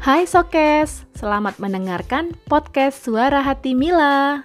Hai Sokes, selamat mendengarkan podcast Suara Hati Mila.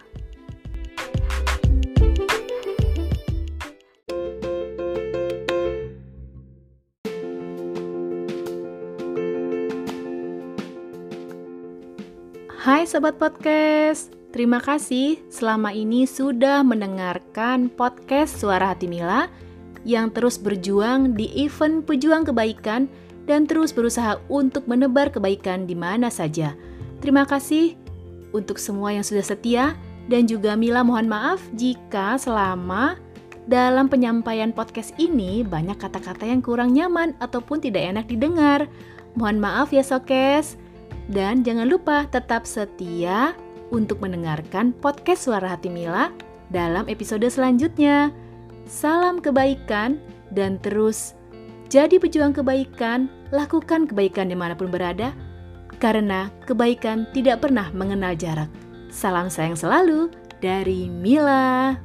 Hai Sobat Podcast, terima kasih selama ini sudah mendengarkan podcast Suara Hati Mila yang terus berjuang di event pejuang kebaikan dan terus berusaha untuk menebar kebaikan di mana saja. Terima kasih untuk semua yang sudah setia dan juga Mila mohon maaf jika selama dalam penyampaian podcast ini banyak kata-kata yang kurang nyaman ataupun tidak enak didengar. Mohon maaf ya Sokes. Dan jangan lupa tetap setia untuk mendengarkan podcast Suara Hati Mila dalam episode selanjutnya. Salam kebaikan dan terus jadi pejuang kebaikan, lakukan kebaikan dimanapun berada, karena kebaikan tidak pernah mengenal jarak. Salam sayang selalu dari Mila.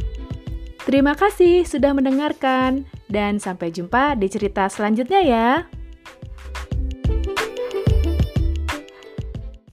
Terima kasih sudah mendengarkan dan sampai jumpa di cerita selanjutnya ya.